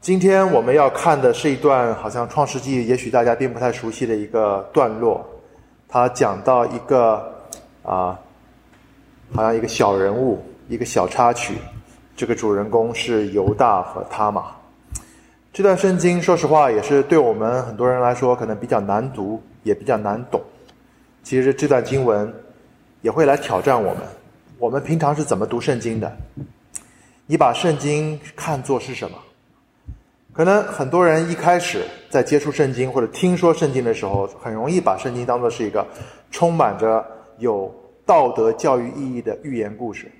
今天我们要看的是一段好像创世纪也许大家并不太熟悉的一个段落，它讲到一个好像一个小人物，一个小插曲，这个主人公是犹大和他玛。这段圣经说实话也是对我们很多人来说可能比较难读，也比较难懂。其实这段经文也会来挑战我们，我们平常是怎么读圣经的？你把圣经看作是什么？可能很多人一开始在接触圣经或者听说圣经的时候，很容易把圣经当作是一个充满着有道德教育意义的寓言故事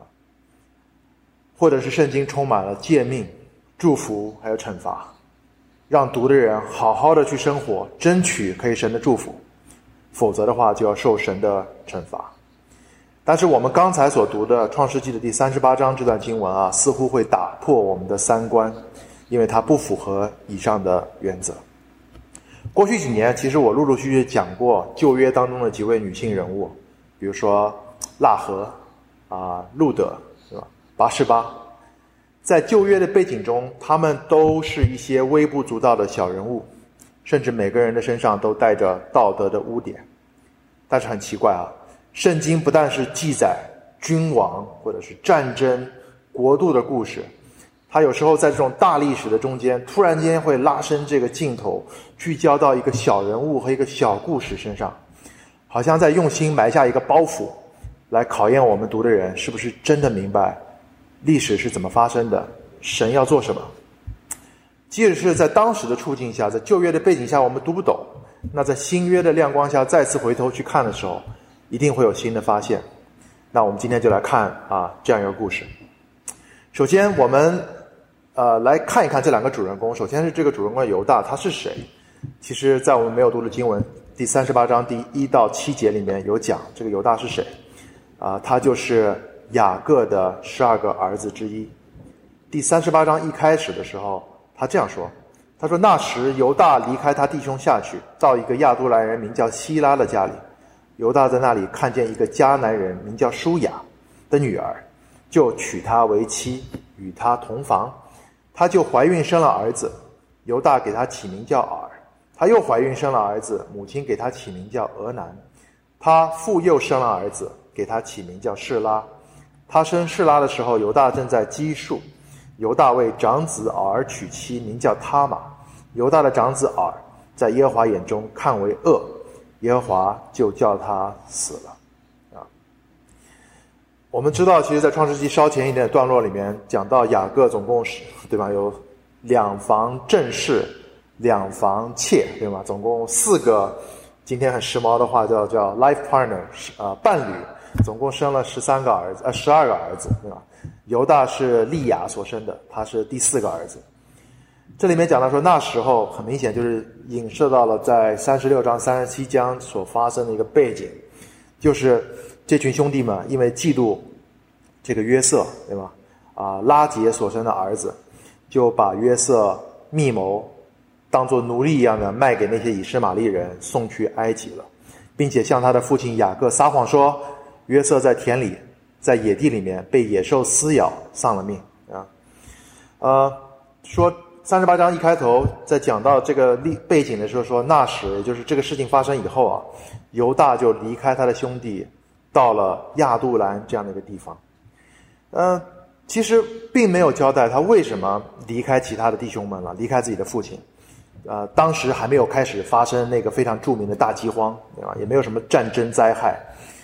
或者是圣经充满了诫命、祝福还有惩罚，让读的人好好的去生活，争取可以神的祝福，否则的话就要受神的惩罚。但是我们刚才所读的创世纪的第38章这段经文似乎会打破我们的三观，因为它不符合以上的原则。过去几年其实我陆陆续续讲过旧约当中的几位女性人物，比如说喇合路德，对吧？拔示巴。在旧约的背景中，他们都是一些微不足道的小人物，甚至每个人的身上都带着道德的污点。但是很奇怪圣经不但是记载君王或者是战争国度的故事，它有时候在这种大历史的中间突然间会拉伸这个镜头，聚焦到一个小人物和一个小故事身上，好像在用心埋下一个包袱，来考验我们读的人是不是真的明白历史是怎么发生的，神要做什么。即使是在当时的处境下，在旧约的背景下我们读不懂，那在新约的亮光下再次回头去看的时候，一定会有新的发现。那我们今天就来看这样一个故事。首先我们来看一看这两个主人公。首先是这个主人公犹大，他是谁？其实在我们没有读的经文第38章第1到7节里面有讲这个犹大是谁他就是雅各的12个儿子之一。第38章一开始的时候他这样说，他说那时犹大离开他弟兄下去，到一个亚都兰人名叫希拉的家里，犹大在那里看见一个迦南人名叫舒雅的女儿，就娶她为妻，与她同房，她就怀孕生了儿子，犹大给她起名叫尔。她又怀孕生了儿子，母亲给她起名叫俄南。她父又生了儿子，给她起名叫示拉。她生示拉的时候，犹大正在基述，犹大为长子尔娶妻，名叫他玛。犹大的长子尔在耶和华眼中看为恶，耶和华就叫他死了我们知道其实在创世纪稍前一点的段落里面讲到雅各总共是对吧，有2房正室2房妾，对吧？总共4个，今天很时髦的话叫 life partner 伴侣，总共生了12个儿子，对吧？犹大是利亚所生的，他是第4个儿子。这里面讲到说那时候很明显就是影射到了在36章37章所发生的一个背景，就是这群兄弟们因为嫉妒这个约瑟，对吧？拉结所生的儿子，就把约瑟密谋当作奴隶一样的卖给那些以实玛利人，送去埃及了，并且向他的父亲雅各撒谎说约瑟在田里在野地里面被野兽撕咬丧了命说38章一开头在讲到这个背景的时候说那时也就是这个事情发生以后犹大就离开他的兄弟到了亚杜兰这样的一个地方其实并没有交代他为什么离开其他的弟兄们了，离开自己的父亲当时还没有开始发生那个非常著名的大饥荒，对吧？也没有什么战争灾害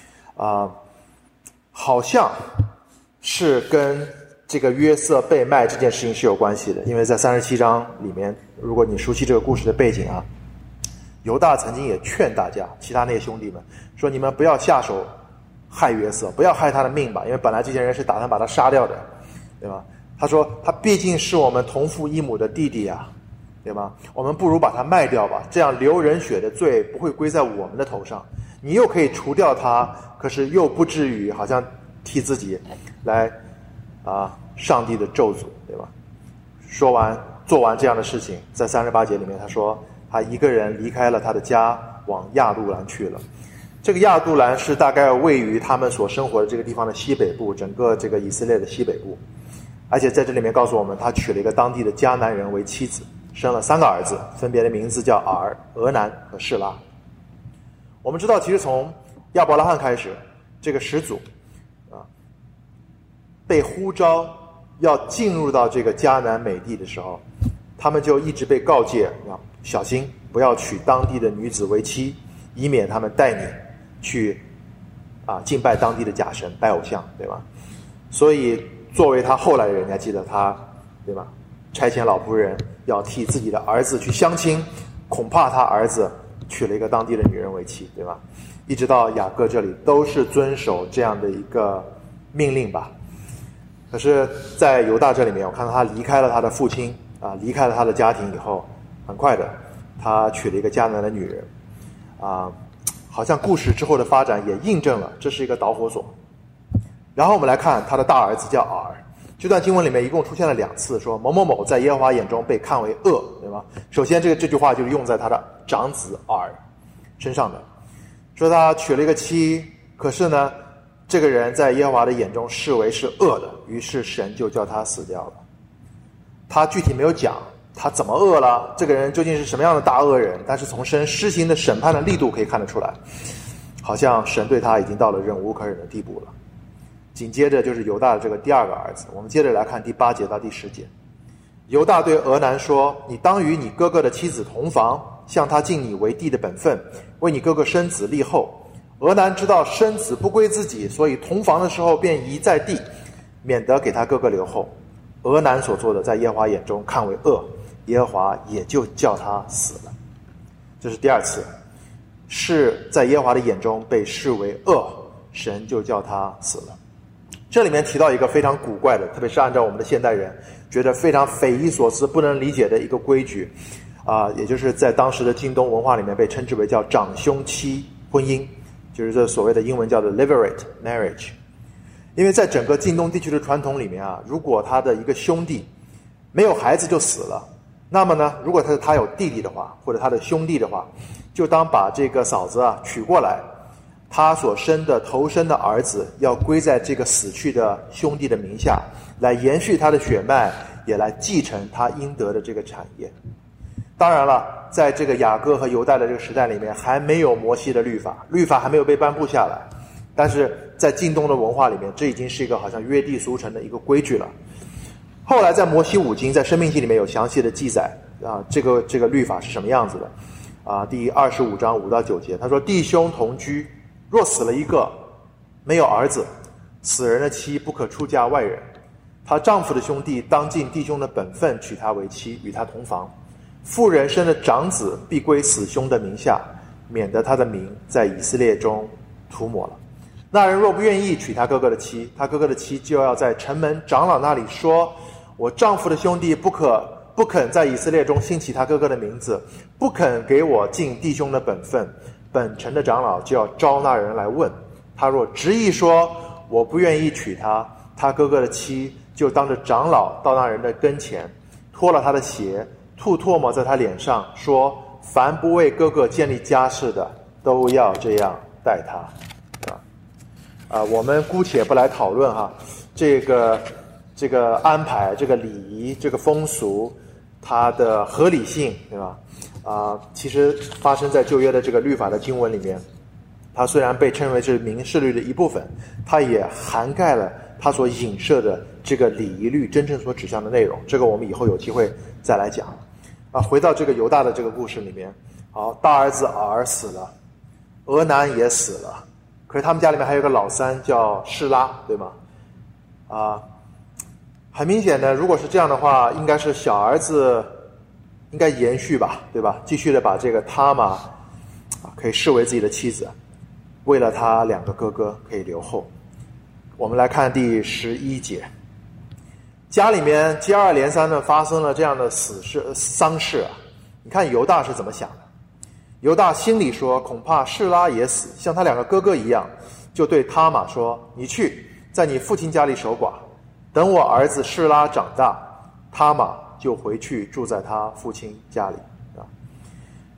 好像是跟这个约瑟被卖这件事情是有关系的，因为在37章里面，如果你熟悉这个故事的背景犹大曾经也劝大家其他那些兄弟们说，你们不要下手害约瑟，不要害他的命吧，因为本来这些人是打算把他杀掉的，对吧？他说他毕竟是我们同父异母的弟弟对吧？我们不如把他卖掉吧，这样流人血的罪不会归在我们的头上，你又可以除掉他，可是又不至于好像替自己来上帝的咒诅，对吧？做完这样的事情，在38节里面他说他一个人离开了他的家，往亚杜兰去了。这个亚杜兰是大概位于他们所生活的这个地方的西北部，整个这个以色列的西北部而且在这里面告诉我们，他娶了一个当地的迦南人为妻子，生了3个儿子，分别的名字叫尔、俄南和示拉。我们知道，其实从亚伯拉罕开始，这个始祖被呼召要进入到这个迦南美地的时候，他们就一直被告诫要小心，不要娶当地的女子为妻，以免他们带你去敬拜当地的假神，拜偶像，对吧？所以作为他后来的人，你还记得他，对吧？差遣老仆人要替自己的儿子去相亲，恐怕他儿子娶了一个当地的女人为妻，对吧？一直到雅各这里都是遵守这样的一个命令吧。可是在犹大这里面，我看到他离开了他的父亲离开了他的家庭以后，很快的他娶了一个迦南的女人好像故事之后的发展也印证了这是一个导火索。然后我们来看他的大儿子叫尔，这段经文里面一共出现了2次，说某某某在耶和华眼中被看为恶，对吗？首先这句话就是用在他的长子尔身上的，说他娶了一个妻，可是呢这个人在耶和华的眼中视为是恶的，于是神就叫他死掉了。他具体没有讲他怎么恶了，这个人究竟是什么样的大恶人，但是从神施行的审判的力度可以看得出来，好像神对他已经到了忍无可忍的地步了。紧接着就是犹大的这个第2个儿子，我们接着来看第8节到第10节。犹大对俄南说，你当与你哥哥的妻子同房，向他尽你为弟的本分，为你哥哥生子立后。俄南知道生子不归自己，所以同房的时候便移在地，免得给他哥哥留后。俄南所做的在耶和华眼中看为恶，耶和华也就叫他死了。这是第2次，是在耶和华的眼中被视为恶，神就叫他死了。这里面提到一个非常古怪的，特别是按照我们的现代人觉得非常匪夷所思不能理解的一个规矩也就是在当时的近东文化里面被称之为叫长兄妻婚姻，就是这所谓的英文叫做 levirate marriage。 因为在整个近东地区的传统里面如果他的一个兄弟没有孩子就死了，那么呢，如果他有弟弟的话，或者他的兄弟的话，就当把这个嫂子娶过来，他所生的头生的儿子要归在这个死去的兄弟的名下，来延续他的血脉，也来继承他应得的这个产业。当然了，在这个雅各和犹大的这个时代里面，还没有摩西的律法还没有被颁布下来，但是在近东的文化里面，这已经是一个好像约定俗成的一个规矩了。后来在摩西五经，在申命记里面有详细的记载这个律法是什么样子的第25章5到9节，他说，弟兄同居，若死了一个，没有儿子，死人的妻不可出嫁外人，她丈夫的兄弟当尽弟兄的本分，娶她为妻，与她同房。妇人生的长子必归死兄的名下，免得他的名在以色列中涂抹了。那人若不愿意娶他哥哥的妻，他哥哥的妻就要在城门长老那里说，我丈夫的兄弟不肯在以色列中兴起他哥哥的名字，不肯给我尽弟兄的本分，本城的长老就要招那人来问，他若执意说我不愿意娶他，他哥哥的妻就当着长老到那人的跟前，脱了他的鞋，吐唾沫在他脸上，说，凡不为哥哥建立家室的，都要这样待他。我们姑且不来讨论这个安排，这个礼仪，这个风俗，它的合理性，对吧？其实发生在旧约的这个律法的经文里面，它虽然被称为是民事律的一部分，它也涵盖了它所影射的这个礼仪律真正所指向的内容。这个我们以后有机会再来讲。回到这个犹大的这个故事里面，好，大儿子尔死了，俄南也死了，可是他们家里面还有个老三叫示拉，对吗？很明显的，如果是这样的话，应该是小儿子应该延续吧，对吧？继续的把这个他玛可以视为自己的妻子，为了他2个哥哥可以留后。我们来看第11节，家里面接二连三的发生了这样的丧事你看犹大是怎么想的？犹大心里说，恐怕示拉也死，像他2个哥哥一样，就对他玛说，你去在你父亲家里守寡，等我儿子示拉长大，他玛就回去住在他父亲家里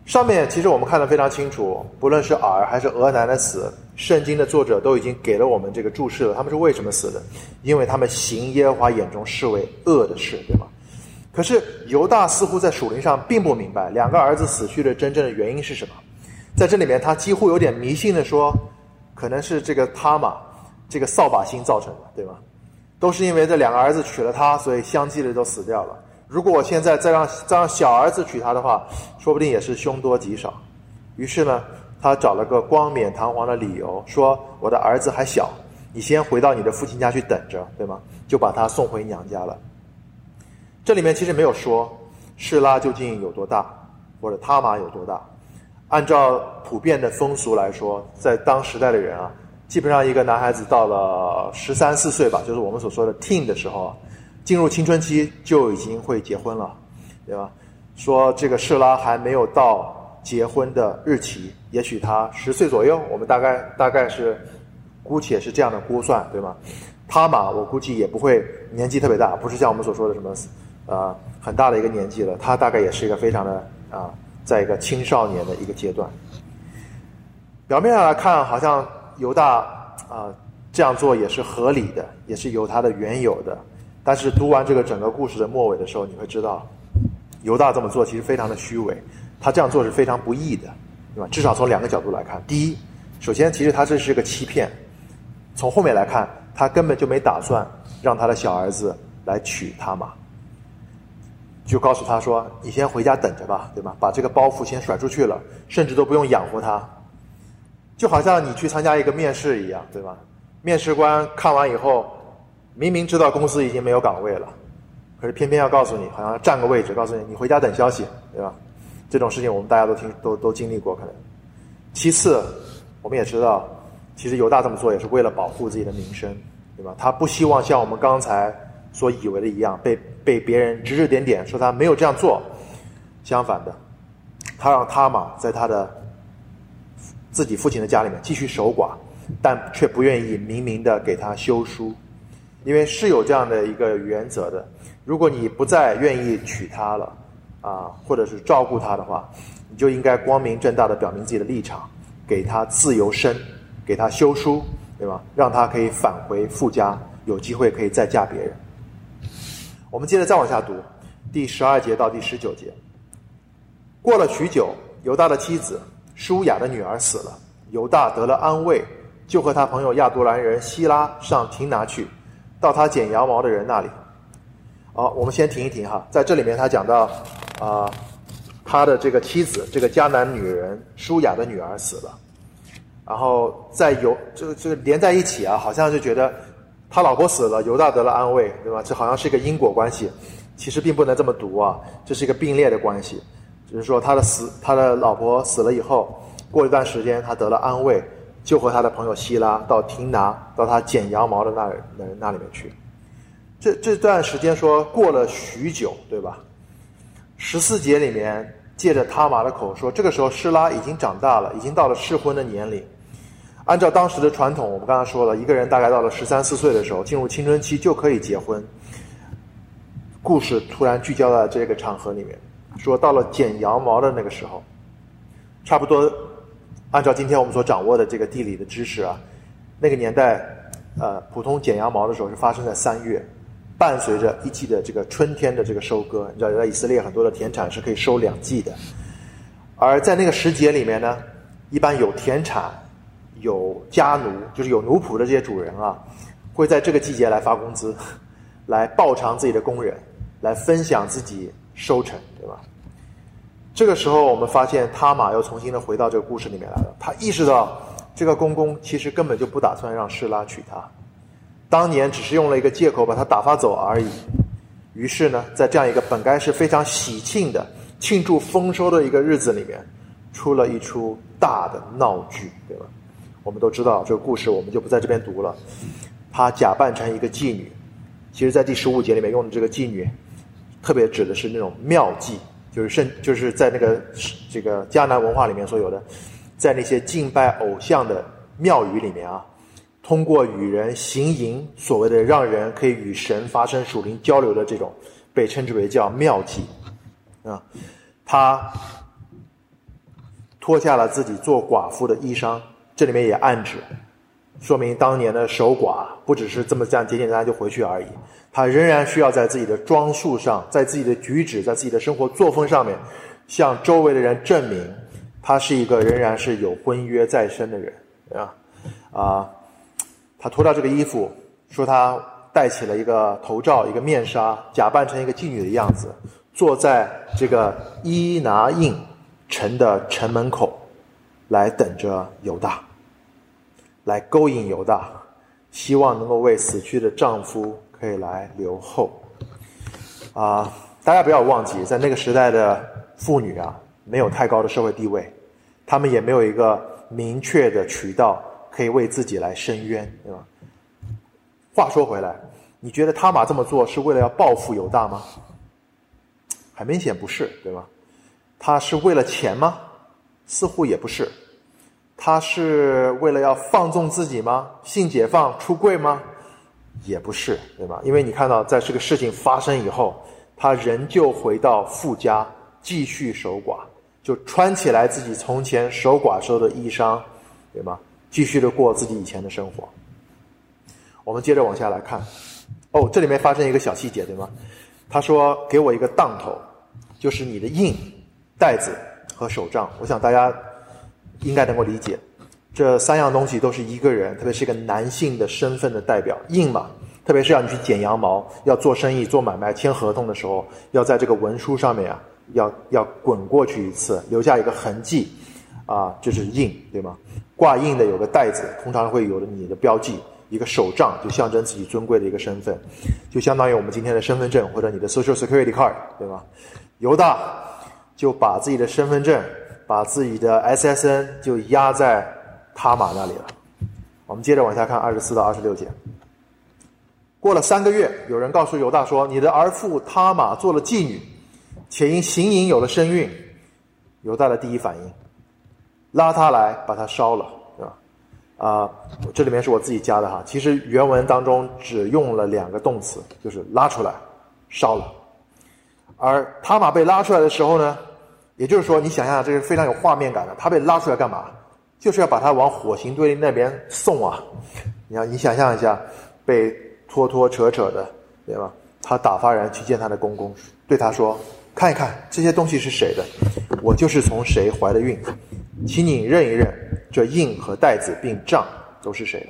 上面其实我们看得非常清楚，不论是尔还是俄南的死，圣经的作者都已经给了我们这个注释了，他们是为什么死的？因为他们行耶和华眼中视为恶的事，对吗？可是犹大似乎在属灵上并不明白两个儿子死去的真正的原因是什么。在这里面他几乎有点迷信的说，可能是这个他玛这个扫把星造成的，对吗？都是因为这两个儿子娶了她，所以相继的都死掉了。如果我现在再让小儿子娶她的话，说不定也是凶多吉少。于是呢，他找了个冠冕堂皇的理由，说我的儿子还小，你先回到你的父亲家去等着，对吗？就把他送回娘家了。这里面其实没有说示拉究竟有多大，或者他玛有多大。按照普遍的风俗来说，在当时代的人啊，基本上一个男孩子到了13、14岁吧，就是我们所说的 teen 的时候啊，进入青春期就已经会结婚了，对吧？说这个示拉还没有到结婚的日期，也许他10岁左右，我们大概是姑且是这样的估算，对吗？他玛我估计也不会年纪特别大，不是像我们所说的什么很大的一个年纪了，他大概也是一个非常的在一个青少年的一个阶段。表面上来看，好像犹大这样做也是合理的，也是有他的缘由的。但是读完这个整个故事的末尾的时候，你会知道，犹大这么做其实非常的虚伪，他这样做是非常不义的，对吧？至少从两个角度来看，第一，首先其实他这是个欺骗，从后面来看，他根本就没打算让他的小儿子来娶他玛，就告诉他说你先回家等着吧，对吧？把这个包袱先甩出去了，甚至都不用养活他，就好像你去参加一个面试一样，对吧？面试官看完以后，明明知道公司已经没有岗位了，可是偏偏要告诉你，好像占个位置，告诉你你回家等消息，对吧？这种事情我们大家都经历过，可能。其次，我们也知道，其实犹大这么做也是为了保护自己的名声，对吧？他不希望像我们刚才所以为的一样，被别人指指点点说他没有这样做。相反的，他让他玛在他的自己父亲的家里面继续守寡，但却不愿意明明的给他休书，因为是有这样的一个原则的，如果你不再愿意娶她了或者是照顾她的话，你就应该光明正大的表明自己的立场，给她自由身，给她休书，对吧？让她可以返回父家，有机会可以再嫁别人。我们接着再往下读，第12节到第19节。过了许久，犹大的妻子舒雅的女儿死了，犹大得了安慰，就和他朋友亚杜兰人希拉上亭拿去，到他剪羊毛的人那里。我们先停一停哈，在这里面他讲到他的这个妻子，这个迦南女人舒雅的女儿死了，然后这个连在一起好像就觉得他老婆死了，犹大得了安慰，对吧？这好像是一个因果关系，其实并不能这么读这是一个并列的关系。只是说他的老婆死了以后，过一段时间他得了安慰，就和他的朋友希拉到亭拿，到他剪羊毛的那里面去。这段时间说过了许久，对吧？14节里面借着他玛的口说，这个时候示拉已经长大了，已经到了适婚的年龄。按照当时的传统，我们刚才说了，一个人大概到了13、14岁的时候，进入青春期就可以结婚。故事突然聚焦在这个场合里面，说到了剪羊毛的那个时候，差不多按照今天我们所掌握的这个地理的知识那个年代普通剪羊毛的时候是发生在3月，伴随着一季的这个春天的这个收割。你知道在以色列很多的田产是可以收2季的，而在那个时节里面呢，一般有田产有家奴，就是有奴仆的这些主人会在这个季节来发工资，来报偿自己的工人，来分享自己收成，对吧？这个时候我们发现他玛又重新的回到这个故事里面来了，他意识到这个公公其实根本就不打算让示拉娶她，当年只是用了一个借口把他打发走而已。于是呢，在这样一个本该是非常喜庆的庆祝丰收的一个日子里面，出了一出大的闹剧，对吧？我们都知道这个故事，我们就不在这边读了。她假扮成一个妓女，其实在第15节里面用的这个妓女特别指的是那种庙妓，就是在那个这个迦南文化里面所有的，在那些敬拜偶像的庙宇里面通过与人行淫，所谓的让人可以与神发生属灵交流的这种，被称之为叫庙妓他脱下了自己做寡妇的衣裳，这里面也暗指说明当年的守寡不只是这样简简单单就回去而已，他仍然需要在自己的装束上，在自己的举止，在自己的生活作风上面向周围的人证明他是一个仍然是有婚约在身的人他脱掉这个衣服，说他戴起了一个头罩，一个面纱，假扮成一个妓女的样子，坐在这个伊拿印城的城门口来等着犹大，来勾引犹大，希望能够为死去的丈夫可以来留后大家不要忘记，在那个时代的妇女没有太高的社会地位，她们也没有一个明确的渠道可以为自己来申冤，对吧？话说回来，你觉得他玛这么做是为了要报复犹大吗？很明显不是，对吧？他是为了钱吗？似乎也不是。他是为了要放纵自己吗？性解放出柜吗？也不是，对吧？因为你看到在这个事情发生以后，他仍旧回到父家继续守寡，就穿起来自己从前守寡时候的衣裳，对吗？继续的过自己以前的生活。我们接着往下来看这里面发生一个小细节，对吗？他说给我一个当头，就是你的印、带子和手杖。我想大家应该能够理解，这三样东西都是一个人，特别是一个男性的身份的代表。印嘛，特别是要你去剪羊毛，要做生意、做买卖、签合同的时候，要在这个文书上面要滚过去一次，留下一个痕迹这是印，对吗？挂印的有个带子，通常会有你的标记，一个手杖就象征自己尊贵的一个身份，就相当于我们今天的身份证或者你的 Social Security Card， 对吗？犹大就把自己的身份证，把自己的 SSN 就压在他玛那里了。我们接着往下看24到26节。过了3个月，有人告诉犹大说，你的儿妇他玛做了妓女，且因行淫有了身孕。犹大的第一反应，拉他来把他烧了，对吧？这里面是我自己加的其实原文当中只用了2个动词，就是拉出来烧了。而他玛被拉出来的时候呢，也就是说你想想，这是非常有画面感的，他被拉出来干嘛？就是要把他往火刑堆那边送你想象一下，被拖拖扯扯的，对吧？他打发人去见他的公公，对他说，看一看这些东西是谁的，我就是从谁怀的孕，请你认一认这印和带子并杖都是谁的。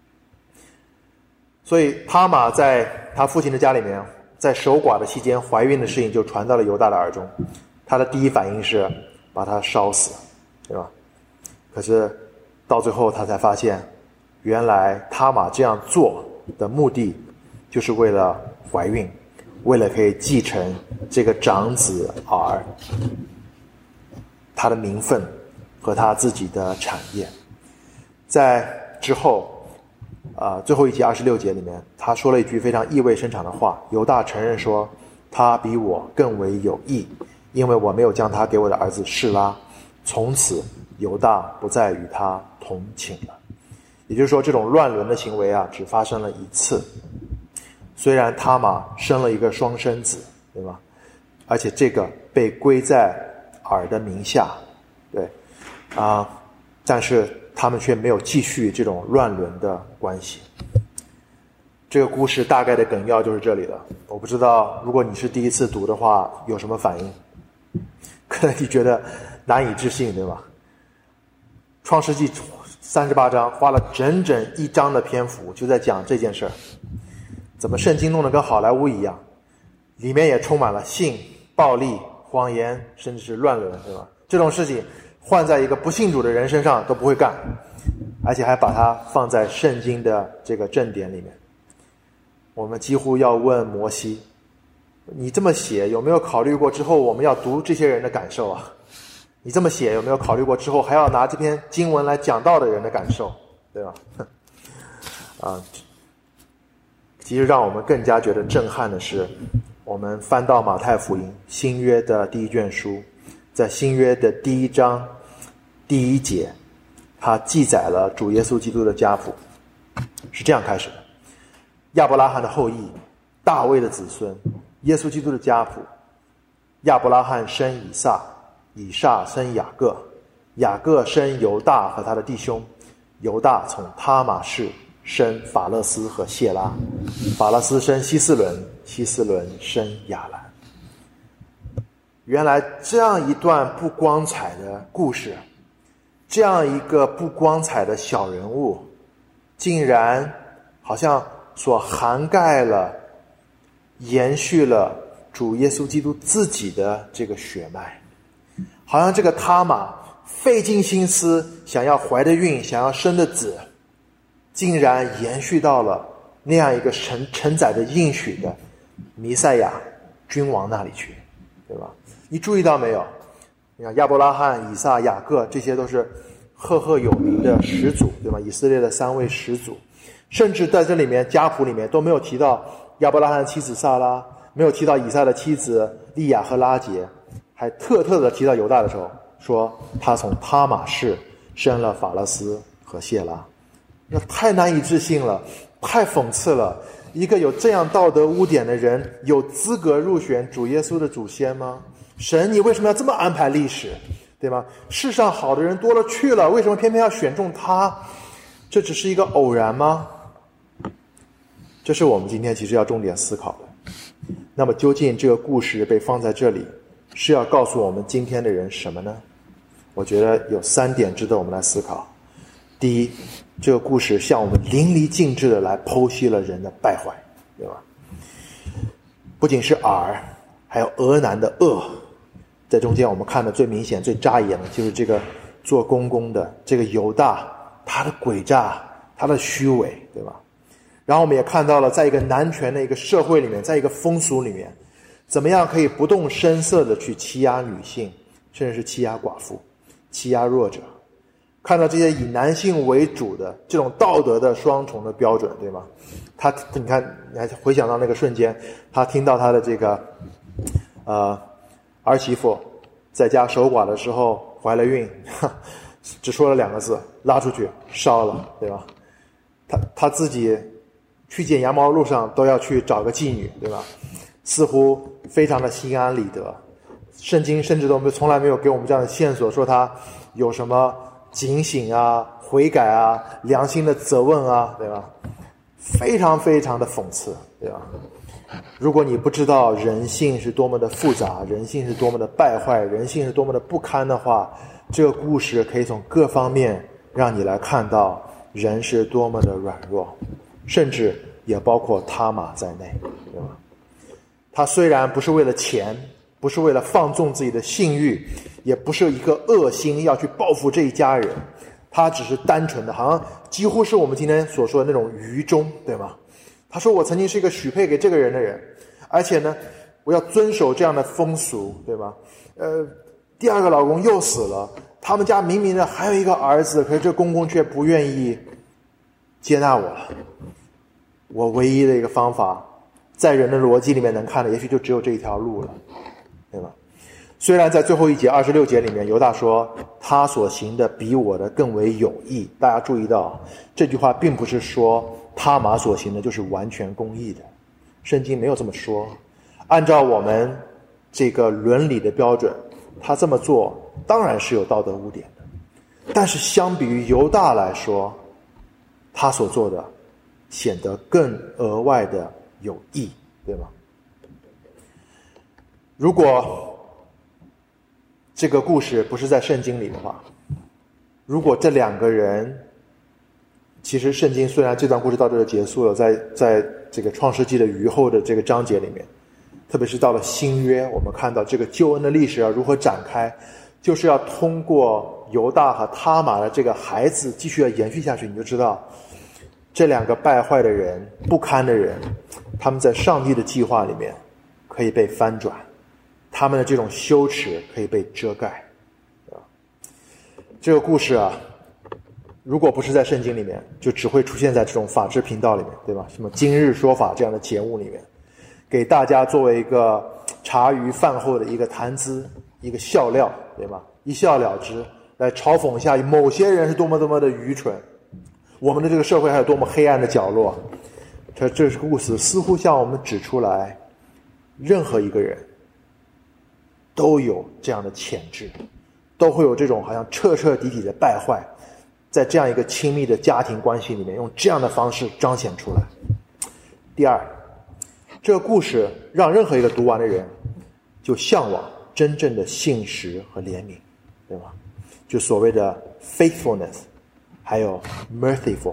所以他玛在他父亲的家里面，在守寡的期间怀孕的事情就传到了犹大的耳中，他的第一反应是把他烧死，对吧？可是到最后他才发现，原来他玛这样做的目的就是为了怀孕，为了可以继承这个长子儿他的名分和他自己的产业。在之后最后一节26节里面，他说了一句非常意味深长的话，犹大承认说，他比我更为有益，因为我没有将他给我的儿子示拉。从此犹大不再与他同寝了。也就是说，这种乱伦的行为只发生了1次。虽然他玛生了一个双生子，对吧？而且这个被归在儿的名下，对但是他们却没有继续这种乱伦的关系。这个故事大概的梗要就是这里了。我不知道如果你是第一次读的话有什么反应，可能你觉得难以置信，对吧？创世纪38章花了整整1章的篇幅就在讲这件事儿，怎么圣经弄得跟好莱坞一样，里面也充满了性、暴力、谎言，甚至是乱伦，对吧？这种事情换在一个不信主的人身上都不会干，而且还把它放在圣经的这个正典里面。我们几乎要问摩西，你这么写有没有考虑过之后我们要读这些人的感受你这么写有没有考虑过之后还要拿这篇经文来讲道的人的感受，对吧？其实让我们更加觉得震撼的是，我们翻到马太福音新约的第1卷书，在新约的第1章第1节，它记载了主耶稣基督的家谱，是这样开始的：亚伯拉罕的后裔，大卫的子孙，耶稣基督的家谱。亚伯拉罕生以撒，以撒生雅各， 雅各生犹大和他的弟兄，犹大从他玛氏生法勒斯和谢拉，法勒斯生希斯伦，希斯伦生亚兰。原来这样一段不光彩的故事，这样一个不光彩的小人物，竟然好像所涵盖了、延续了主耶稣基督自己的这个血脉。好像这个他玛费尽心思想要怀的孕，想要生的子，竟然延续到了那样一个承载着应许的弥赛亚君王那里去，对吧？你注意到没有？你看亚伯拉罕、以撒、雅各，这些都是赫赫有名的始祖，对吧？以色列的3位始祖，甚至在这里面家谱里面都没有提到亚伯拉罕的妻子撒拉，没有提到以撒的妻子利亚和拉结，还特的提到犹大的时候，说他从他玛氏生了法勒斯和谢拉。那太难以置信了，太讽刺了。一个有这样道德污点的人，有资格入选主耶稣的祖先吗？神，你为什么要这么安排历史，对吗？世上好的人多了去了，为什么偏偏要选中他？这只是一个偶然吗？这是我们今天其实要重点思考的。那么究竟这个故事被放在这里，是要告诉我们今天的人什么呢？我觉得有3点值得我们来思考。第一，这个故事向我们淋漓尽致的来剖析了人的败坏，对吧？不仅是耳，还有俄南的恶。在中间我们看的最明显最扎眼的就是这个做公公的这个犹大，他的诡诈，他的虚伪，对吧？然后我们也看到了在一个男权的一个社会里面，在一个风俗里面，怎么样可以不动声色的去欺压女性，甚至是欺压寡妇，欺压弱者。看到这些以男性为主的这种道德的双重的标准，对吗？你看你还回想到那个瞬间，他听到他的这个儿媳妇在家守寡的时候怀了孕，只说了2个字，拉出去烧了，对吧？他自己去剪羊毛的路上都要去找个妓女，对吧？似乎非常的心安理得。圣经甚至都从来没有给我们这样的线索，说他有什么警醒啊、悔改啊、良心的责问啊，对吧？非常非常的讽刺，对吧？如果你不知道人性是多么的复杂，人性是多么的败坏，人性是多么的不堪的话，这个故事可以从各方面让你来看到人是多么的软弱，甚至也包括他玛在内，对吧？他虽然不是为了钱，不是为了放纵自己的性欲，也不是一个恶心要去报复这一家人，他只是单纯的，好像几乎是我们今天所说的那种愚忠，对吗？他说我曾经是一个许配给这个人的人，而且呢我要遵守这样的风俗，对吧？第2个老公又死了，他们家明明的还有一个儿子，可是这公公却不愿意接纳我了。我唯一的一个方法，在人的逻辑里面能看的也许就只有这一条路了，对吧？虽然在最后一节26节里面犹大说他所行的比我的更为有益，大家注意到这句话并不是说他玛所行的就是完全公义的，圣经没有这么说。按照我们这个伦理的标准，他这么做当然是有道德污点的，但是相比于犹大来说，他所做的显得更额外的有益，对吗？如果这个故事不是在圣经里的话，如果这2个人，其实圣经虽然这段故事到这就结束了，在这个创世纪的余后的这个章节里面，特别是到了新约，我们看到这个救恩的历史要如何展开，就是要通过犹大和他玛的这个孩子继续要延续下去。你就知道这2个败坏的人、不堪的人，他们在上帝的计划里面可以被翻转，他们的这种羞耻可以被遮盖。这个故事啊，如果不是在圣经里面，就只会出现在这种法制频道里面，对吧？什么今日说法这样的节目里面，给大家作为一个茶余饭后的一个谈资，一个笑料，对吧？一笑了之，来嘲讽一下某些人是多么多么的愚蠢，我们的这个社会还有多么黑暗的角落。这个故事似乎向我们指出来，任何一个人都有这样的潜质， 都会有这种好像彻彻底底的败坏，在这样一个亲密的家庭关系里面，用这样的方式彰显出来。第二，这个故事让任何一个读完的人就向往真正的信实和怜悯，对吗？就所谓的 faithfulness， 还有 merciful。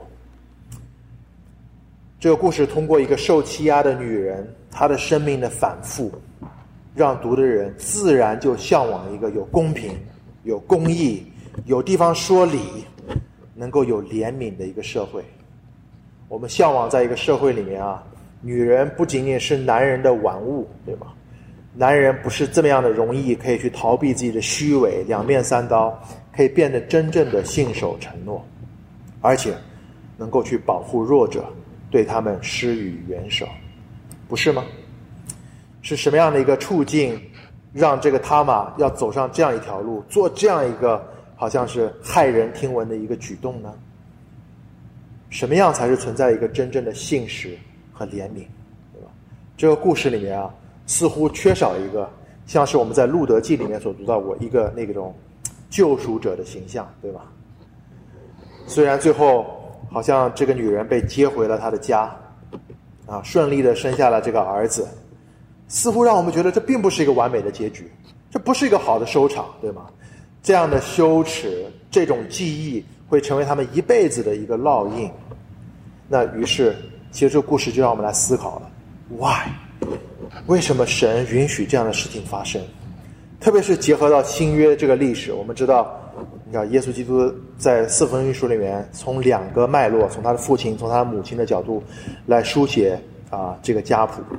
这个故事通过一个受欺压的女人，她的生命的反复，让读的人自然就向往一个有公平、有公义、有地方说理、能够有怜悯的一个社会。我们向往在一个社会里面啊，女人不仅仅是男人的玩物，对吗？男人不是这么样的容易可以去逃避自己的虚伪，两面三刀，可以变得真正的信守承诺，而且能够去保护弱者，对他们施予援手，不是吗？是什么样的一个处境让这个他玛要走上这样一条路，做这样一个好像是骇人听闻的一个举动呢？什么样才是存在一个真正的信实和怜悯，对吧？这个故事里面啊，似乎缺少一个像是我们在路德记里面所读到过一个那种救赎者的形象，对吧？虽然最后好像这个女人被接回了她的家啊，顺利的生下了这个儿子，似乎让我们觉得这并不是一个完美的结局，这不是一个好的收场，对吗？这样的羞耻，这种记忆会成为他们一辈子的一个烙印。那于是其实这个故事就让我们来思考了 Why？ 为什么神允许这样的事情发生？特别是结合到新约这个历史，我们知道耶稣基督在四福音书里面从两个脉络，从他的父亲从他的母亲的角度来书写这个家谱。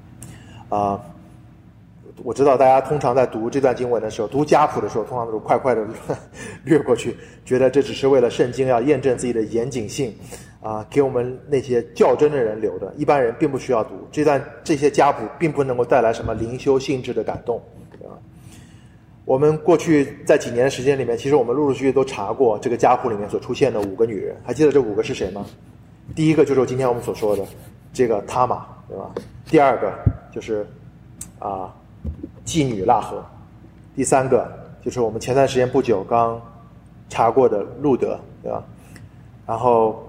我知道大家通常在读这段经文的时候，读家谱的时候通常都是快快的略过去，觉得这只是为了圣经要验证自己的严谨性给我们那些较真的人留的，一般人并不需要读这些家谱，并不能够带来什么灵修性质的感动。我们过去在几年的时间里面，其实我们陆陆续续都查过这个家谱里面所出现的5个女人，还记得这5个是谁吗？第一个就是今天我们所说的这个他玛，对吧？第二个就是妓女喇合，第三个就是我们前段时间不久刚查过的路德，对吧？然后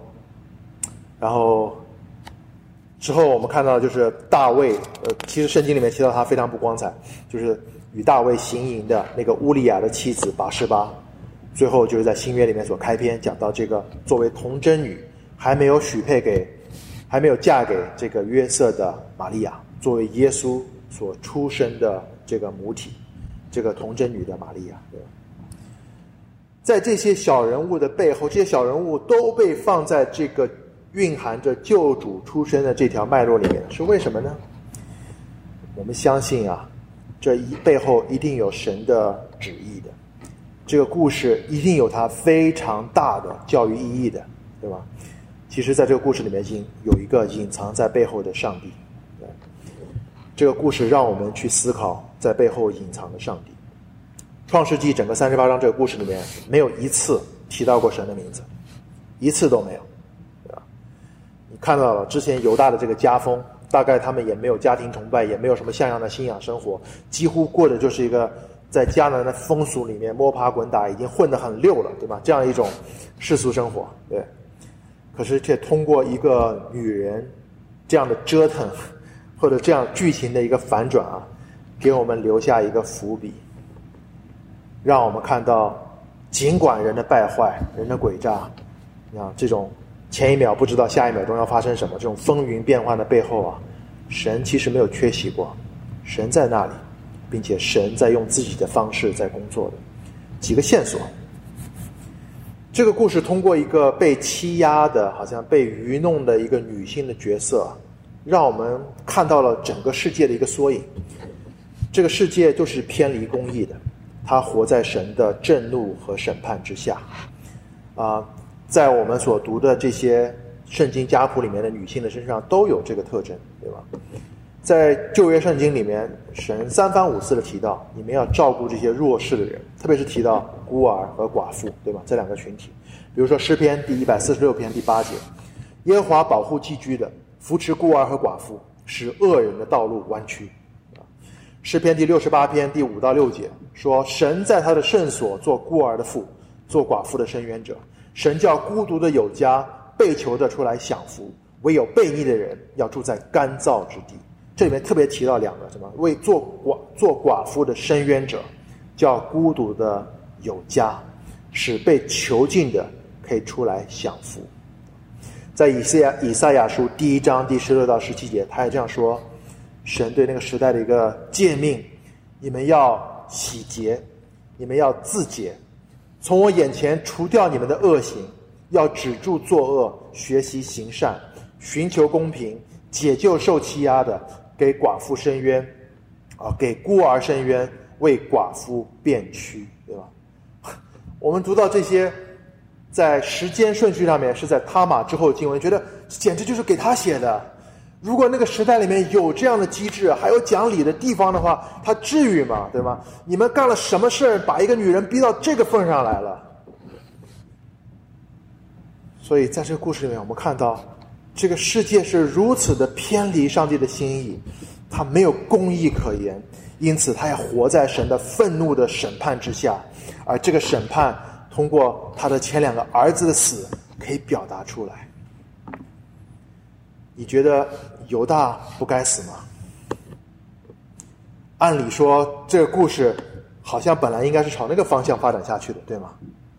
之后我们看到就是大卫，其实圣经里面提到他非常不光彩，就是与大卫行淫的那个乌利亚的妻子拔示巴。最后就是在新约里面所开篇讲到这个作为童贞女还没有嫁给这个约瑟的玛利亚，作为耶稣所出生的这个母体，这个童贞女的玛利亚，对吧？在这些小人物的背后，这些小人物都被放在这个蕴含着救主出生的这条脉络里面，是为什么呢？我们相信这背后一定有神的旨意的，这个故事一定有它非常大的教育意义的，对吧？其实在这个故事里面有一个隐藏在背后的上帝，这个故事让我们去思考在背后隐藏的上帝。创世纪整个38章这个故事里面没有一次提到过神的名字，一次都没有，对吧？你看到了之前犹大的这个家风，大概他们也没有家庭崇拜，也没有什么像样的信仰生活，几乎过的就是一个在迦南的风俗里面摸爬滚打，已经混得很溜了，对吧？这样一种世俗生活，对。可是却通过一个女人这样的折腾，或者这样剧情的一个反转给我们留下一个伏笔，让我们看到尽管人的败坏，人的诡诈，这种前一秒不知道下一秒钟要发生什么，这种风云变幻的背后神其实没有缺席过，神在那里，并且神在用自己的方式在工作的。几个线索，这个故事通过一个被欺压的好像被愚弄的一个女性的角色，让我们看到了整个世界的一个缩影。这个世界就是偏离公义的，它活在神的震怒和审判之下。在我们所读的这些圣经家谱里面的女性的身上都有这个特征，对吧？在旧约圣经里面，神3番5次的提到你们要照顾这些弱势的人，特别是提到孤儿和寡妇，对吧？这两个群体。比如说诗篇第146篇第8节，耶和华保护寄居的，扶持孤儿和寡妇，使恶人的道路弯曲。诗篇第68篇第5到6节说神在他的圣所做孤儿的父，做寡妇的伸冤者。神叫孤独的有家，被囚的出来享福，唯有悖逆的人要住在干燥之地。这里面特别提到两个，什么？为做寡妇的伸冤者，叫孤独的有家，使被囚禁的可以出来享福。在以赛亚书第1章第16到17节，他也这样说：神对那个时代的一个诫命，你们要洗洁，你们要自洁，从我眼前除掉你们的恶行，要止住作恶，学习行善，寻求公平，解救受欺压的，给寡妇伸冤，给孤儿伸冤，为寡妇辩屈，对吧？我们读到这些，在时间顺序上面是在他玛之后经文，觉得简直就是给他写的。如果那个时代里面有这样的机制，还有讲理的地方的话，他至于吗？对吗？你们干了什么事儿，把一个女人逼到这个份上来了？所以在这个故事里面，我们看到这个世界是如此的偏离上帝的心意，他没有公义可言，因此他也活在神的愤怒的审判之下，而这个审判通过他的前2个儿子的死可以表达出来。你觉得犹大不该死吗？按理说这个故事好像本来应该是朝那个方向发展下去的，对吗？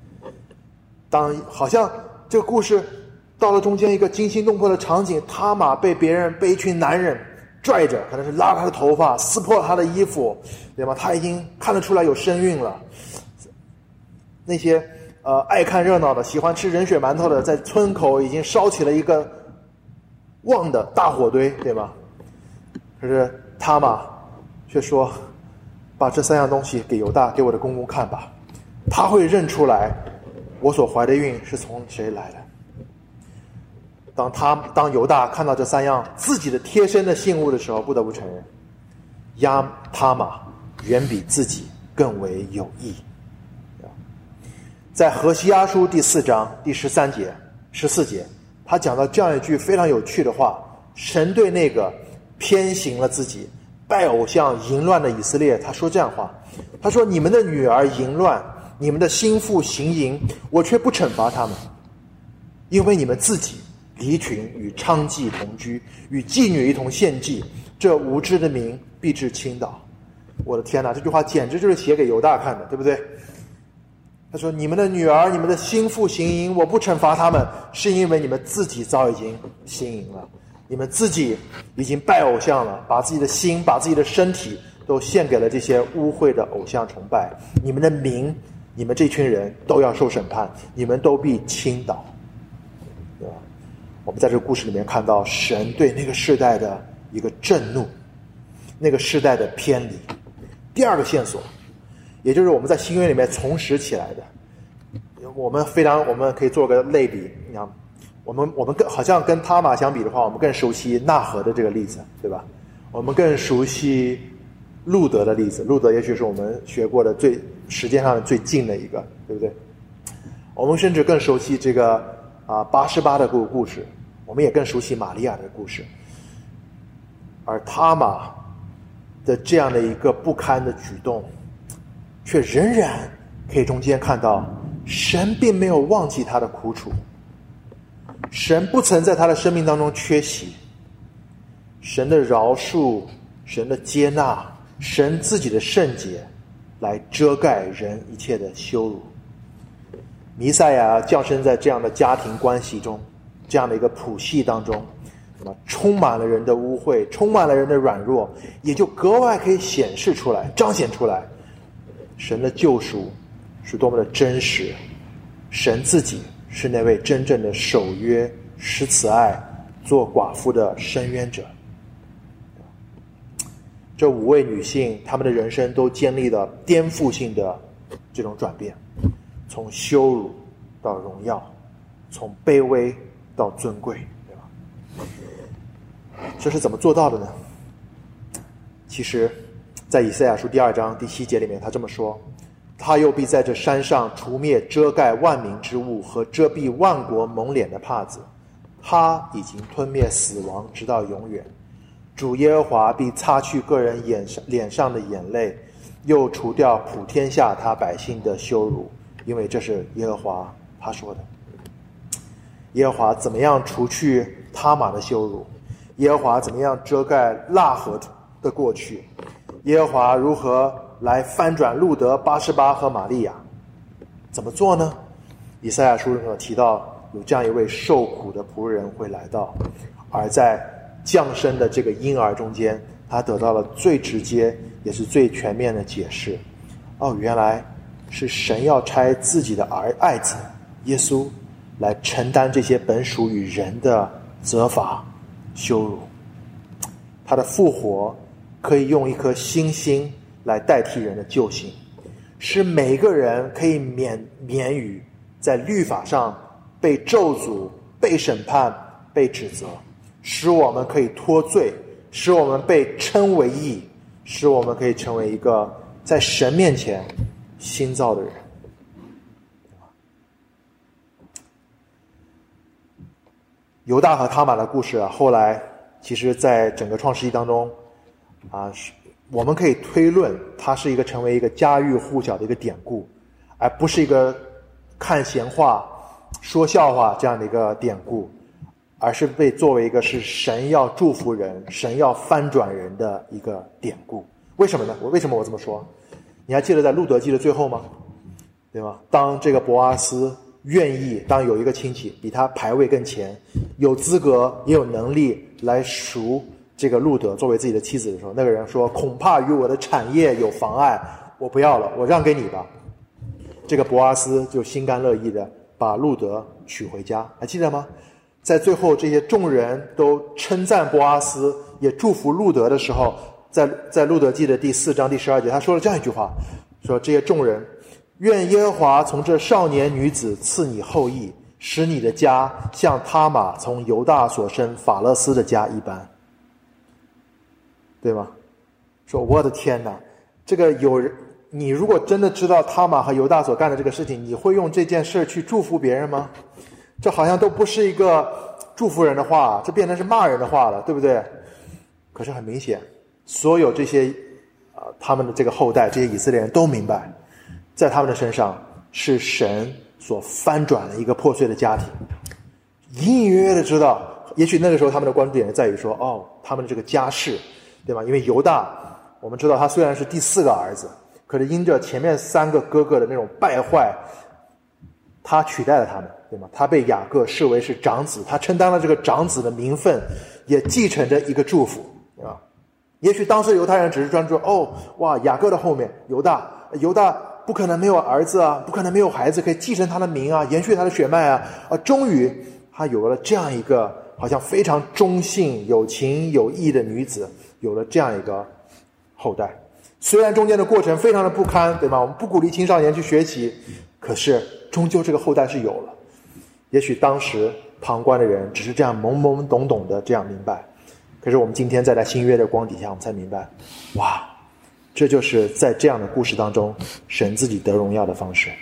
好像这个故事到了中间一个惊心动魄的场景，他玛被一群男人拽着，可能是拉他的头发，撕破他的衣服，对吗？他已经看得出来有身孕了。那些爱看热闹的，喜欢吃人血馒头的，在村口已经烧起了一个旺的大火堆，对吗？可是他玛却说，把这3样东西给犹大，给我的公公看吧，他会认出来我所怀的孕是从谁来的。当犹大看到这3样自己的贴身的信物的时候，不得不承认，他玛远比自己更为有益。在何西阿书第4章第13节、14节，他讲到这样一句非常有趣的话：神对那个偏行了自己、拜偶像淫乱的以色列，他说这样话，他说：你们的女儿淫乱，你们的心腹行淫，我却不惩罚他们，因为你们自己离群与娼妓同居，与妓女一同献祭，这无知的民必致倾倒。我的天哪，这句话简直就是写给犹大看的，对不对？他说：你们的女儿，你们的心腹行淫，我不惩罚他们，是因为你们自己早已经行淫了，你们自己已经拜偶像了，把自己的心、把自己的身体都献给了这些污秽的偶像崇拜。你们的民，你们这群人都要受审判，你们都必倾倒。对吧？我们在这个故事里面看到神对那个世代的一个震怒，那个世代的偏离。第2个线索，也就是我们在新约里面重拾起来的，我们可以做个类比。你看，我们好像跟他玛相比的话，我们更熟悉纳河的这个例子，对吧？我们更熟悉路德的例子，路德也许是我们学过的时间上最近的一个，对不对？我们甚至更熟悉这个八十八的故事，我们也更熟悉玛利亚的故事。而他玛的这样的一个不堪的举动，却仍然可以中间看到神并没有忘记他的苦楚，神不曾在他的生命当中缺席，神的饶恕，神的接纳，神自己的圣洁来遮盖人一切的羞辱。弥赛亚降生在这样的家庭关系中，这样的一个谱系当中，那么充满了人的污秽，充满了人的软弱，也就格外可以显示出来，彰显出来神的救赎是多么的真实，神自己是那位真正的守约、施慈爱、做寡妇的伸冤者。这5位女性，她们的人生都经历了颠覆性的这种转变，从羞辱到荣耀，从卑微到尊贵，对吧？这是怎么做到的呢？其实在以赛亚书第2章第7节里面，他这么说：他又必在这山上除灭遮盖万民之物和遮蔽万国蒙脸的帕子，他已经吞灭死亡直到永远。主耶和华必擦去个人脸上的眼泪， 又除掉普天下他百姓的羞辱，因为这是耶和华他说的。耶和华怎么样除去他玛的羞辱？耶和华怎么样遮盖喇合的过去？耶和华如何来翻转路德、巴示巴和玛利亚？怎么做呢？以赛亚书中提到有这样一位受苦的仆人会来到，而在降生的这个婴儿中间，他得到了最直接也是最全面的解释。原来是神要差自己的爱子耶稣来承担这些本属于人的责罚羞辱。他的复活可以用一颗星星来代替人的救星，使每个人可以免于在律法上被咒诅、被审判、被指责，使我们可以脱罪，使我们被称为义，使我们可以成为一个在神面前新造的人。犹大和他玛的故事后来其实在整个创世纪当中我们可以推论它是成为一个家喻户晓的一个典故，而不是一个看闲话说笑话这样的一个典故，而是被作为一个是神要祝福人、神要翻转人的一个典故。为什么呢？为什么我这么说？你还记得在路德记的最后吗？对吗？当这个伯阿斯愿意，当有一个亲戚比他排位更前，有资格也有能力来赎这个路德作为自己的妻子的时候，那个人说，恐怕与我的产业有妨碍，我不要了，我让给你吧。这个伯阿斯就心甘乐意的把路德娶回家，还记得吗？在最后这些众人都称赞伯阿斯也祝福路德的时候，在路德记的第4章第12节，他说了这样一句话，说这些众人，愿耶和华从这少年女子赐你后裔，使你的家像他玛从犹大所生法勒斯的家一般。对吗？说我的天哪，这个有人，你如果真的知道他玛和犹大所干的这个事情，你会用这件事去祝福别人吗？这好像都不是一个祝福人的话，这变成是骂人的话了，对不对？可是很明显，所有这些他们的这个后代，这些以色列人都明白，在他们的身上是神所翻转了一个破碎的家庭，隐隐约约的知道，也许那个时候他们的关注点在于说，他们的这个家世，对吧？因为犹大，我们知道他虽然是第4个儿子，可是因着前面3个哥哥的那种败坏，他取代了他们，对吗？他被雅各视为是长子，他承担了这个长子的名分，也继承着一个祝福，对吧？也许当时犹太人只是专注雅各的后面犹大不可能没有儿子啊，不可能没有孩子可以继承他的名啊，延续他的血脉啊，终于他有了这样一个好像非常忠信、有情有义的女子，有了这样一个后代。虽然中间的过程非常的不堪，对吗？我们不鼓励青少年去学习，可是终究这个后代是有了。也许当时旁观的人只是这样懵懵懂懂的这样明白，可是我们今天在新约的光底下，我们才明白，这就是在这样的故事当中，神自己得荣耀的方式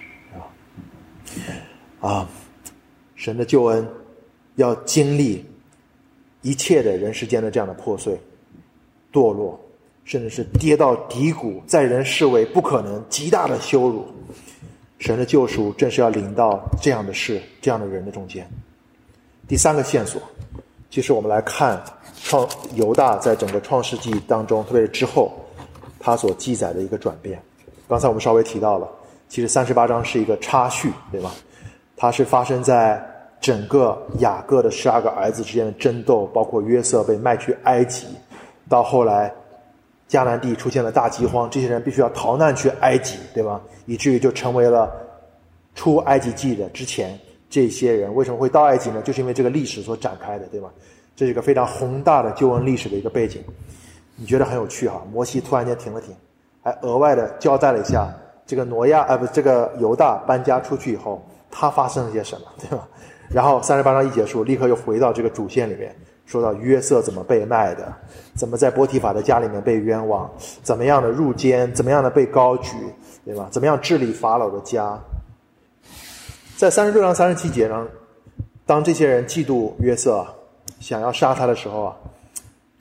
神的救恩要经历一切的人世间的这样的破碎、堕落，甚至是跌到低谷，在人视为不可能、极大的羞辱。神的救赎正是要临到这样的事、这样的人的中间。第3个线索，其实我们来看犹大在整个创世纪当中，特别是之后他所记载的一个转变。刚才我们稍微提到了，其实38章是一个插叙，对吧？它是发生在整个雅各的12个儿子之间的争斗，包括约瑟被卖去埃及，到后来迦南地出现了大饥荒，这些人必须要逃难去埃及，对吧？以至于就成为了出埃及记的之前这些人为什么会到埃及呢？就是因为这个历史所展开的，对吧？这是一个非常宏大的救恩历史的一个背景。你觉得很有趣哈？摩西突然间停了停，还额外的交代了一下这个这个犹大搬家出去以后他发生了些什么，对吧？然后38章一结束，立刻又回到这个主线里面，说到约瑟怎么被卖的，怎么在波提法的家里面被冤枉，怎么样的入监，怎么样的被高举，对吧？怎么样治理法老的家。在36章37节呢，当这些人嫉妒约瑟想要杀他的时候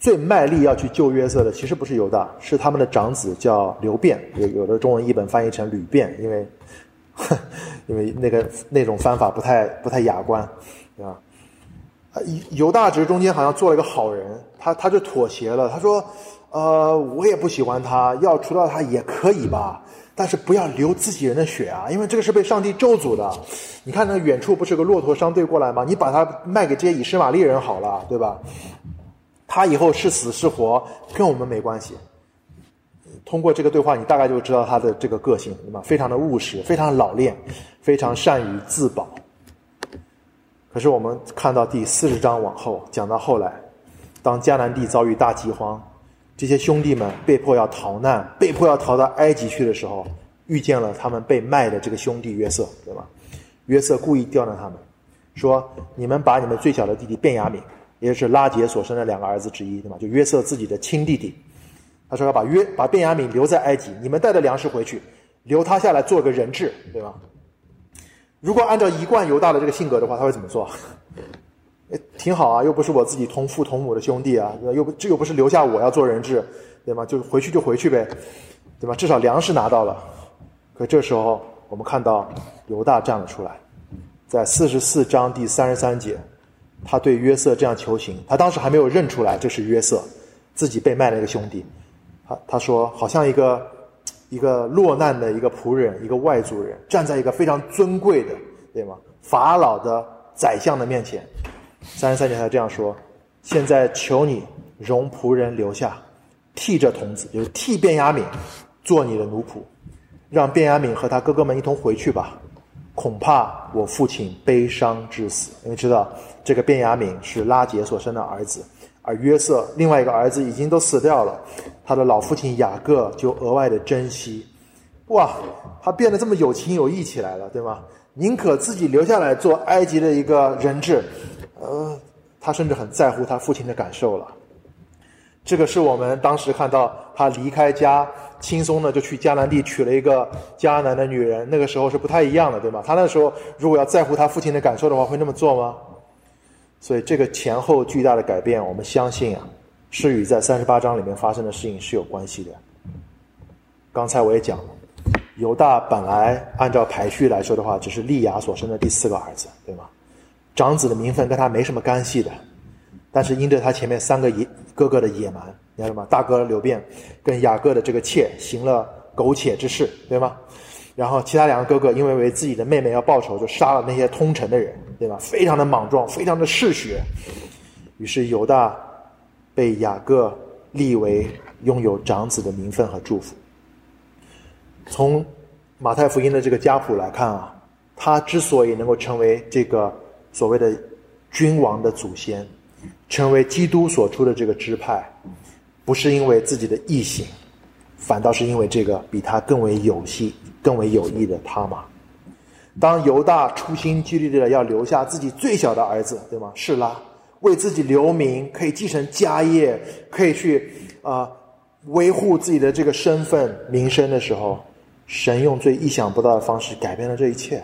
最卖力要去救约瑟的其实不是犹大，是他们的长子叫流便，有的中文译本翻译成吕便，因为那种翻法不太雅观，对吧？犹大只是中间好像做了一个好人，他就妥协了，他说我也不喜欢他，要除掉他也可以吧，但是不要流自己人的血啊，因为这个是被上帝咒诅的。你看那远处不是有个骆驼商队过来吗？你把他卖给这些以实玛利人好了，对吧？他以后是死是活跟我们没关系。通过这个对话，你大概就知道他的这个个性，对吧？非常的务实，非常老练，非常善于自保。可是我们看到第40章往后，讲到后来，当迦南地遭遇大饥荒，这些兄弟们被迫要逃难，被迫要逃到埃及去的时候，遇见了他们被卖的这个兄弟约瑟，对吧？约瑟故意刁难他们，说你们把你们最小的弟弟便雅悯，也就是拉结所生的2个儿子之一，对吧？就约瑟自己的亲弟弟，他说要把便雅悯留在埃及，你们带着粮食回去，留他下来做个人质，对吧？如果按照一贯犹大的这个性格的话，他会怎么做？挺好啊，又不是我自己同父同母的兄弟啊，这又不是留下我要做人质，对吗？就回去呗，对吧？至少粮食拿到了。可这时候我们看到犹大站了出来，在44章第33节，他对约瑟这样求情，他当时还没有认出来这是约瑟，自己被卖了一个兄弟。他说好像一个落难的一个仆人，一个外族人，站在一个非常尊贵的，对吗？法老的宰相的面前。33节他这样说：现在求你容仆人留下，替这童子，就是替便雅悯做你的奴仆，让便雅悯和他哥哥们一同回去吧。恐怕我父亲悲伤致死，因为知道这个便雅悯是拉结所生的儿子，而约瑟另外一个儿子已经都死掉了，他的老父亲雅各就额外的珍惜。哇，他变得这么有情有义起来了，对吗？宁可自己留下来做埃及的一个人质，他甚至很在乎他父亲的感受了。这个是我们当时看到他离开家，轻松的就去迦南地娶了一个迦南的女人，那个时候是不太一样的，对吗？他那时候如果要在乎他父亲的感受的话，会那么做吗？所以这个前后巨大的改变，我们相信啊，是与在38章里面发生的事情是有关系的。刚才我也讲了，犹大本来按照排序来说的话，只是利亚所生的第4个儿子，对吗？长子的名分跟他没什么干系的，但是因着他前面3个哥哥的野蛮，你看吗？大哥流便跟雅各的这个妾行了苟且之事，对吗？然后其他2个哥哥因为自己的妹妹要报仇，就杀了那些通城的人，对吧？非常的莽撞，非常的嗜血。于是犹大被雅各立为拥有长子的名分和祝福。从马太福音的这个家谱来看啊，他之所以能够成为这个所谓的君王的祖先，成为基督所出的这个支派，不是因为自己的义行，反倒是因为这个比他更为有益的他玛。当犹大处心积虑的要留下自己最小的儿子，对吗？示拉，为自己留名，可以继承家业，可以去维护自己的这个身份名声的时候，神用最意想不到的方式改变了这一切。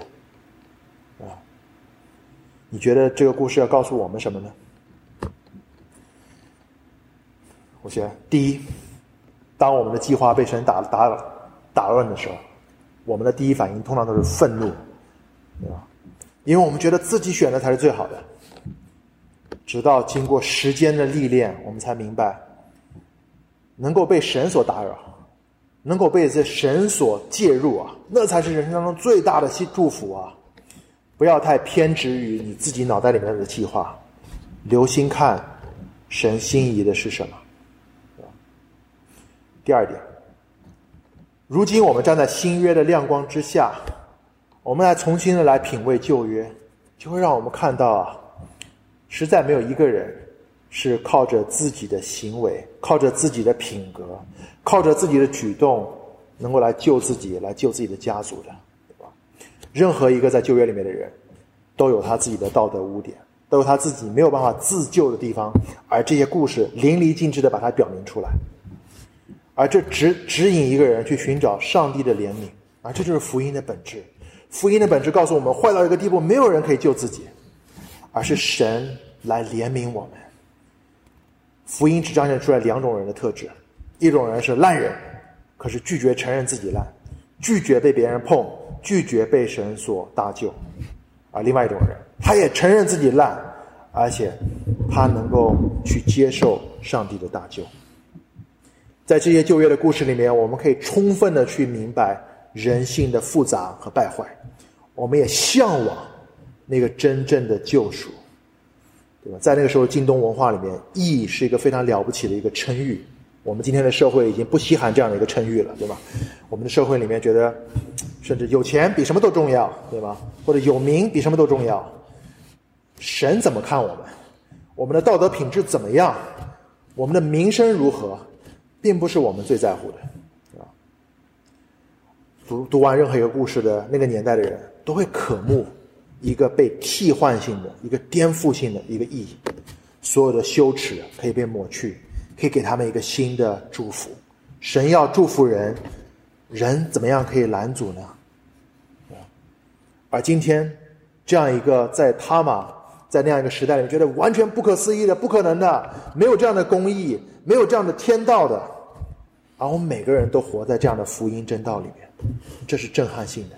你觉得这个故事要告诉我们什么呢？我觉得第一，当我们的计划被神打乱的时候，我们的第一反应通常都是愤怒，对吧？因为我们觉得自己选的才是最好的。直到经过时间的历练，我们才明白，能够被神所打扰，能够被这神所介入啊，那才是人生当中最大的祝福啊！不要太偏执于你自己脑袋里面的计划，留心看神心仪的是什么。第二点，如今我们站在新约的亮光之下，我们来重新的来品味旧约，就会让我们看到啊，实在没有一个人是靠着自己的行为，靠着自己的品格，靠着自己的举动能够来救自己，来救自己的家族的，对吧？任何一个在旧约里面的人都有他自己的道德污点，都有他自己没有办法自救的地方，而这些故事淋漓尽致地把它表明出来，而这指引一个人去寻找上帝的怜悯，而这就是福音的本质。福音的本质告诉我们，坏到一个地步，没有人可以救自己，而是神来怜悯我们。 福音只彰显出来两种人的特质，一种人是烂人，可是拒绝承认自己烂，拒绝被别人碰，拒绝被神所搭救。而另外一种人，他也承认自己烂，而且他能够去接受上帝的搭救。在这些旧约的故事里面，我们可以充分的去明白人性的复杂和败坏，我们也向往那个真正的救赎，对吧？在那个时候近东文化里面，义是一个非常了不起的一个称誉，我们今天的社会已经不稀罕这样的一个称誉了，对吧？我们的社会里面觉得甚至有钱比什么都重要，对吧？或者有名比什么都重要。神怎么看我们？我们的道德品质怎么样？我们的名声如何？并不是我们最在乎的，对吧？读完任何一个故事的那个年代的人都会渴慕一个被替换性的、一个颠覆性的一个意义，所有的羞耻可以被抹去，可以给他们一个新的祝福。神要祝福人，人怎么样可以拦阻呢？而今天这样一个在他玛在那样一个时代里面觉得完全不可思议的、不可能的，没有这样的公义，没有这样的天道的，而我们每个人都活在这样的福音真道里面，这是震撼性的。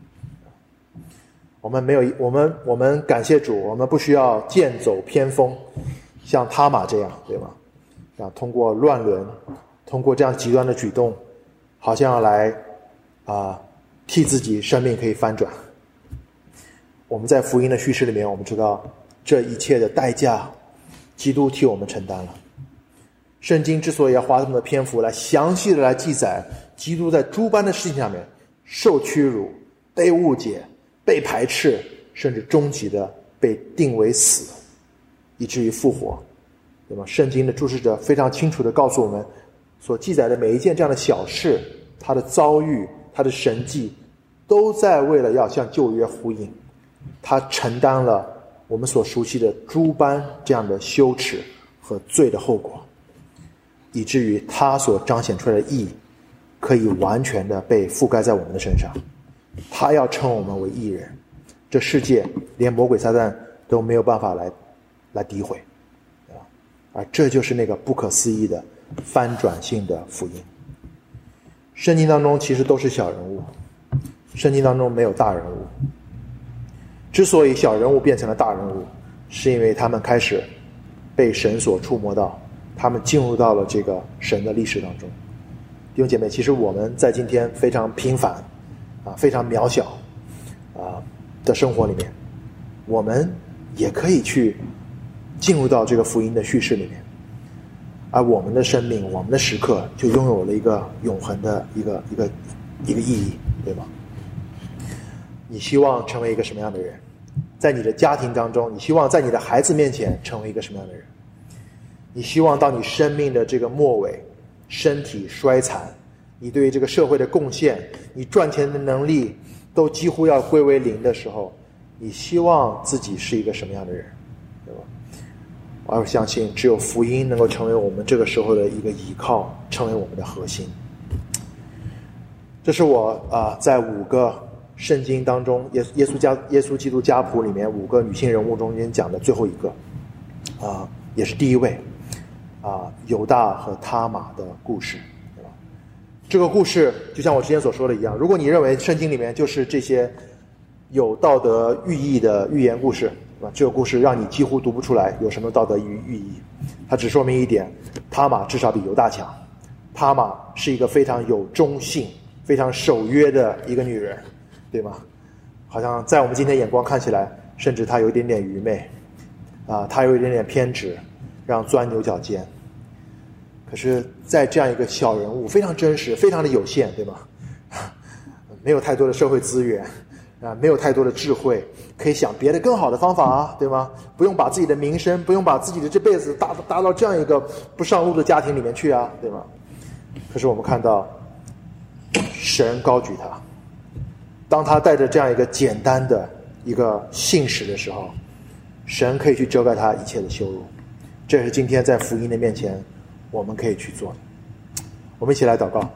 我们感谢主，我们不需要剑走偏锋，像他玛这样，对吗？通过乱伦，通过这样极端的举动，好像要来替自己生命可以翻转。我们在福音的叙事里面，我们知道这一切的代价，基督替我们承担了。圣经之所以要花这么多篇幅来详细的来记载基督在诸般的事情上面受屈辱、被误解、被排斥，甚至终极的被定为死，以至于复活，对吗？圣经的注释者非常清楚地告诉我们，所记载的每一件这样的小事，他的遭遇、他的神迹，都在为了要向旧约呼应。他承担了我们所熟悉的诸般这样的羞耻和罪的后果，以至于他所彰显出来的义可以完全的被覆盖在我们的身上。他要称我们为义人，这世界连魔鬼撒旦都没有办法来诋毁，而这就是那个不可思议的翻转性的福音。圣经当中其实都是小人物，圣经当中没有大人物。之所以小人物变成了大人物，是因为他们开始被神所触摸到，他们进入到了这个神的历史当中。弟兄姐妹，其实我们在今天非常平凡非常渺小的生活里面，我们也可以去进入到这个福音的叙事里面，而我们的生命、我们的时刻就拥有了一个永恒的一个意义，对吗？你希望成为一个什么样的人？在你的家庭当中，你希望在你的孩子面前成为一个什么样的人？你希望到你生命的这个末尾，身体衰残，你对于这个社会的贡献，你赚钱的能力都几乎要归为零的时候，你希望自己是一个什么样的人，对吧？我相信只有福音能够成为我们这个时候的一个依靠，成为我们的核心。这是我在5个圣经当中耶稣基督家谱里面5个女性人物中间讲的最后一个也是第一位犹大和他玛的故事，对吧？这个故事就像我之前所说的一样，如果你认为圣经里面就是这些有道德寓意的寓言故事，对吧？这个故事让你几乎读不出来有什么道德寓意，它只说明一点，他玛至少比犹大强。他玛是一个非常有忠信、非常守约的一个女人，对吗？好像在我们今天眼光看起来，甚至她有一点点愚昧她有一点点偏执，让钻牛角尖。可是在这样一个小人物，非常真实，非常的有限，对吗？没有太多的社会资源没有太多的智慧，可以想别的更好的方法对吗？不用把自己的名声，不用把自己的这辈子搭到这样一个不上路的家庭里面去对吗？可是我们看到神高举他，当他带着这样一个简单的一个信使的时候，神可以去遮盖他一切的羞辱。这是今天在福音的面前我们可以去做的。我们一起来祷告。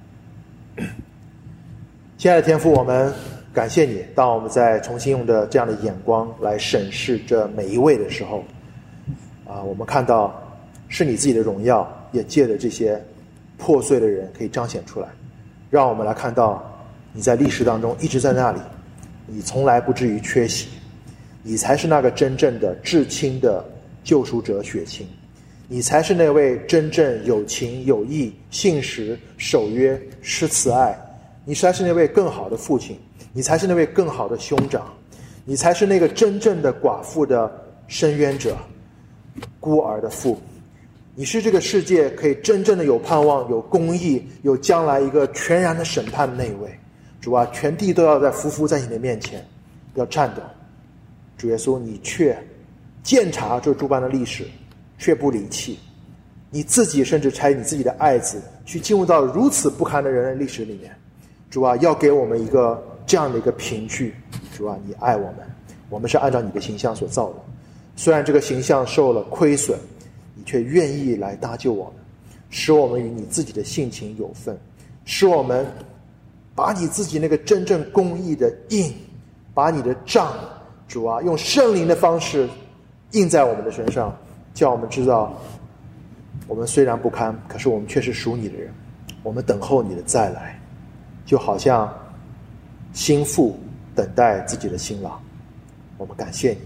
亲爱的天父，我们感谢你，当我们在重新用的这样的眼光来审视这每一位的时候我们看到是你自己的荣耀也借着这些破碎的人可以彰显出来，让我们来看到你在历史当中一直在那里，你从来不至于缺席，你才是那个真正的至亲的救赎者血亲，你才是那位真正有情有义、信实守约施慈爱，你才是那位更好的父亲，你才是那位更好的兄长，你才是那个真正的寡妇的伸冤者，孤儿的父，你是这个世界可以真正的有盼望、有公义、有将来一个全然的审判的那一位。主啊，全地都要匍匐在你的面前，要颤抖。主耶稣，你却鉴察这诸般的历史，却不离弃。你自己甚至差你自己的爱子去进入到如此不堪的人类历史里面。主啊，要给我们一个这样的一个凭据。主啊，你爱我们，我们是按照你的形象所造的。虽然这个形象受了亏损，你却愿意来搭救我们，使我们与你自己的性情有份，使我们把你自己那个真正公义的印，把你的杖，主啊，用圣灵的方式印在我们的身上，叫我们知道我们虽然不堪，可是我们却是属你的人，我们等候你的再来，就好像新妇等待自己的新郎。我们感谢你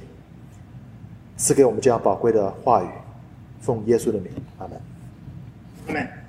赐给我们这样宝贵的话语，奉耶稣的名，阿们。 阿们。